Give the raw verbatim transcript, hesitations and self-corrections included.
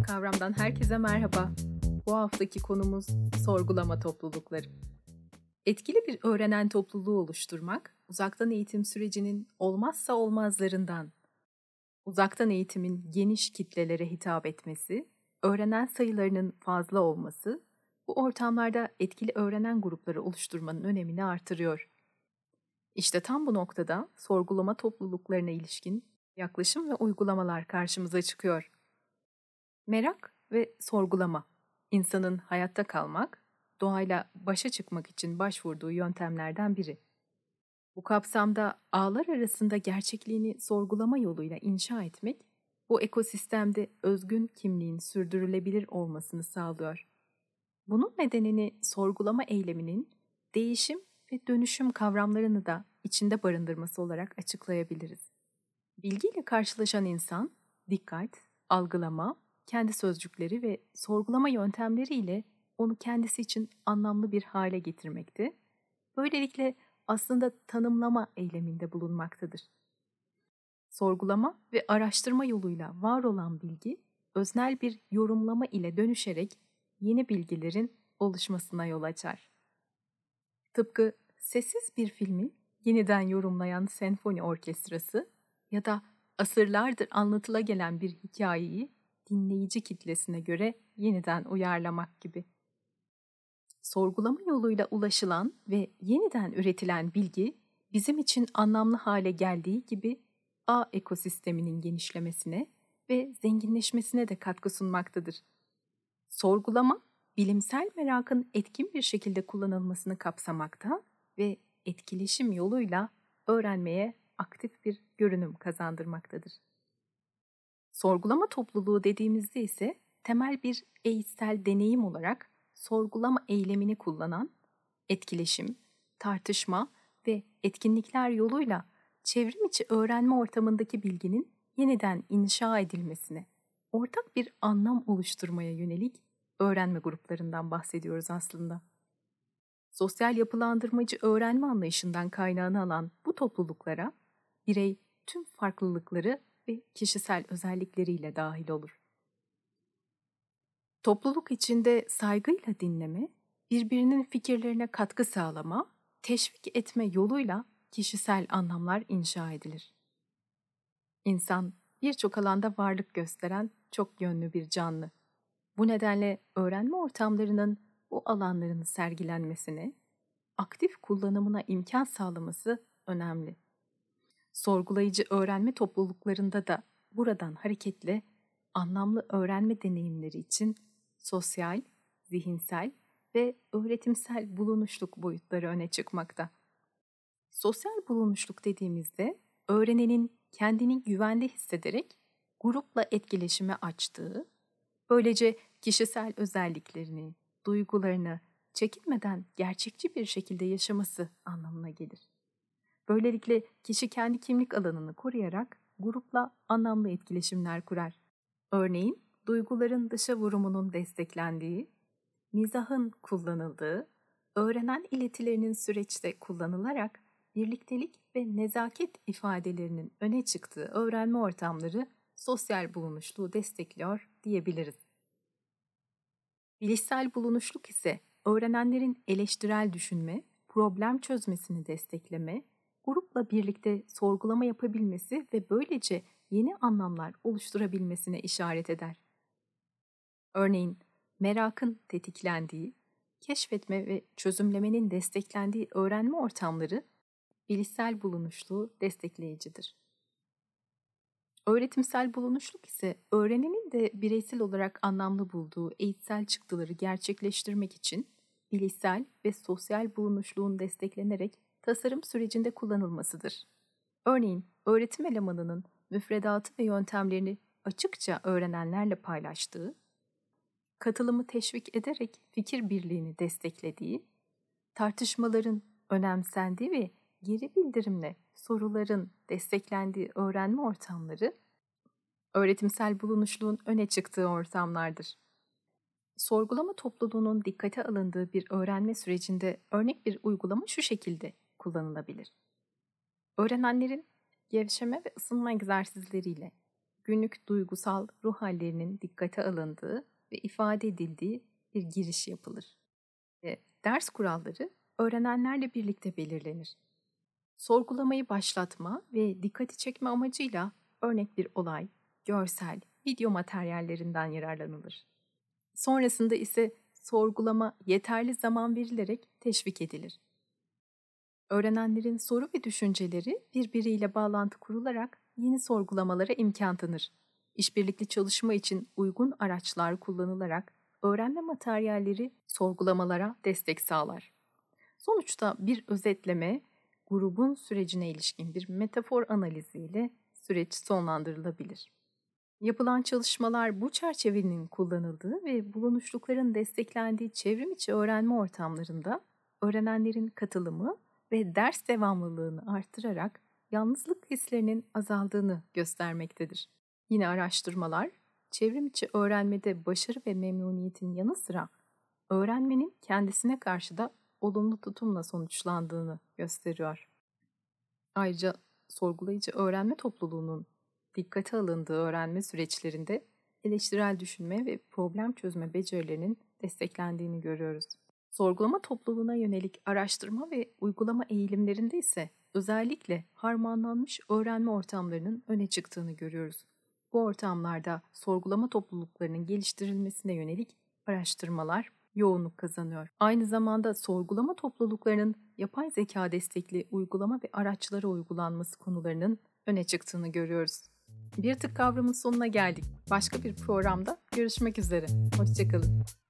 Kavramdan herkese merhaba. Bu haftaki konumuz sorgulama toplulukları. Etkili bir öğrenen topluluğu oluşturmak, uzaktan eğitim sürecinin olmazsa olmazlarından. Uzaktan eğitimin geniş kitlelere hitap etmesi, öğrenen sayılarının fazla olması, bu ortamlarda etkili öğrenen grupları oluşturmanın önemini artırıyor. İşte tam bu noktada sorgulama topluluklarına ilişkin yaklaşım ve uygulamalar karşımıza çıkıyor. Merak ve sorgulama, insanın hayatta kalmak, doğayla başa çıkmak için başvurduğu yöntemlerden biri. Bu kapsamda ağlar arasında gerçekliğini sorgulama yoluyla inşa etmek, bu ekosistemde özgün kimliğin sürdürülebilir olmasını sağlıyor. Bunun nedenini sorgulama eyleminin değişim ve dönüşüm kavramlarını da içinde barındırması olarak açıklayabiliriz. Bilgiyle karşılaşan insan, dikkat, algılama, kendi sözcükleri ve sorgulama yöntemleriyle onu kendisi için anlamlı bir hale getirmekte, böylelikle aslında tanımlama eyleminde bulunmaktadır. Sorgulama ve araştırma yoluyla var olan bilgi, öznel bir yorumlama ile dönüşerek yeni bilgilerin oluşmasına yol açar. Tıpkı sessiz bir filmi yeniden yorumlayan senfoni orkestrası ya da asırlardır anlatıla gelen bir hikayeyi dinleyici kitlesine göre yeniden uyarlamak gibi. Sorgulama yoluyla ulaşılan ve yeniden üretilen bilgi bizim için anlamlı hale geldiği gibi ağ ekosisteminin genişlemesine ve zenginleşmesine de katkı sunmaktadır. Sorgulama, bilimsel merakın etkin bir şekilde kullanılmasını kapsamakta ve etkileşim yoluyla öğrenmeye aktif bir görünüm kazandırmaktadır. Sorgulama topluluğu dediğimizde ise temel bir eğitsel deneyim olarak sorgulama eylemini kullanan, etkileşim, tartışma ve etkinlikler yoluyla çevrim içi öğrenme ortamındaki bilginin yeniden inşa edilmesine, ortak bir anlam oluşturmaya yönelik öğrenme gruplarından bahsediyoruz aslında. Sosyal yapılandırmacı öğrenme anlayışından kaynağını alan bu topluluklara birey tüm farklılıkları ve kişisel özellikleriyle dahil olur. Topluluk içinde saygıyla dinleme, birbirinin fikirlerine katkı sağlama, teşvik etme yoluyla kişisel anlamlar inşa edilir. İnsan birçok alanda varlık gösteren çok yönlü bir canlı. Bu nedenle öğrenme ortamlarının bu alanlarını sergilenmesine, aktif kullanımına imkan sağlaması önemli. Sorgulayıcı öğrenme topluluklarında da buradan hareketle anlamlı öğrenme deneyimleri için sosyal, zihinsel ve öğretimsel bulunuşluk boyutları öne çıkmakta. Sosyal bulunuşluk dediğimizde öğrenenin kendini güvende hissederek grupla etkileşime açtığı, böylece kişisel özelliklerini, duygularını çekinmeden gerçekçi bir şekilde yaşaması anlamına gelir. Böylelikle kişi kendi kimlik alanını koruyarak grupla anlamlı etkileşimler kurar. Örneğin duyguların dışa vurumunun desteklendiği, mizahın kullanıldığı, öğrenen iletilerinin süreçte kullanılarak birliktelik ve nezaket ifadelerinin öne çıktığı öğrenme ortamları sosyal bulunuşluğu destekliyor diyebiliriz. Bilişsel bulunuşluk ise öğrenenlerin eleştirel düşünme, problem çözmesini destekleme, grupla birlikte sorgulama yapabilmesi ve böylece yeni anlamlar oluşturabilmesine işaret eder. Örneğin merakın tetiklendiği, keşfetme ve çözümlemenin desteklendiği öğrenme ortamları bilişsel bulunuşluğu destekleyicidir. Öğretimsel bulunuşluk ise öğrenenin de bireysel olarak anlamlı bulduğu eğitsel çıktıları gerçekleştirmek için bilişsel ve sosyal bulunuşluğun desteklenerek tasarım sürecinde kullanılmasıdır. Örneğin öğretim elemanının müfredatı ve yöntemlerini açıkça öğrenenlerle paylaştığı, katılımı teşvik ederek fikir birliğini desteklediği, tartışmaların önemsendiği ve geri bildirimle soruların desteklendiği öğrenme ortamları, öğretimsel bulunuşluğun öne çıktığı ortamlardır. Sorgulama topluluğunun dikkate alındığı bir öğrenme sürecinde örnek bir uygulama şu şekilde kullanılabilir. Öğrenenlerin gevşeme ve ısınma egzersizleriyle günlük duygusal ruh hallerinin dikkate alındığı ve ifade edildiği bir giriş yapılır. Ve ders kuralları öğrenenlerle birlikte belirlenir. Sorgulamayı başlatma ve dikkati çekme amacıyla örnek bir olay, görsel, video materyallerinden yararlanılır. Sonrasında ise sorgulama yeterli zaman verilerek teşvik edilir. Öğrenenlerin soru ve düşünceleri birbiriyle bağlantı kurularak yeni sorgulamalara imkan tanır. İşbirlikli çalışma için uygun araçlar kullanılarak öğrenme materyalleri sorgulamalara destek sağlar. Sonuçta bir özetleme, grubun sürecine ilişkin bir metafor analiziyle süreç sonlandırılabilir. Yapılan çalışmalar bu çerçevenin kullanıldığı ve bulunuşlukların desteklendiği çevrim içi öğrenme ortamlarında öğrenenlerin katılımı ve ders devamlılığını artırarak yalnızlık hislerinin azaldığını göstermektedir. Yine araştırmalar, çevrim içi öğrenmede başarı ve memnuniyetin yanı sıra öğrenmenin kendisine karşı da olumlu tutumla sonuçlandığını gösteriyor. Ayrıca sorgulayıcı öğrenme topluluğunun dikkate alındığı öğrenme süreçlerinde eleştirel düşünme ve problem çözme becerilerinin desteklendiğini görüyoruz. Sorgulama topluluğuna yönelik araştırma ve uygulama eğilimlerinde ise özellikle harmanlanmış öğrenme ortamlarının öne çıktığını görüyoruz. Bu ortamlarda sorgulama topluluklarının geliştirilmesine yönelik araştırmalar yoğunluk kazanıyor. Aynı zamanda sorgulama topluluklarının yapay zeka destekli uygulama ve araçlara uygulanması konularının öne çıktığını görüyoruz. Bir tık kavramın sonuna geldik. Başka bir programda görüşmek üzere. Hoşça kalın.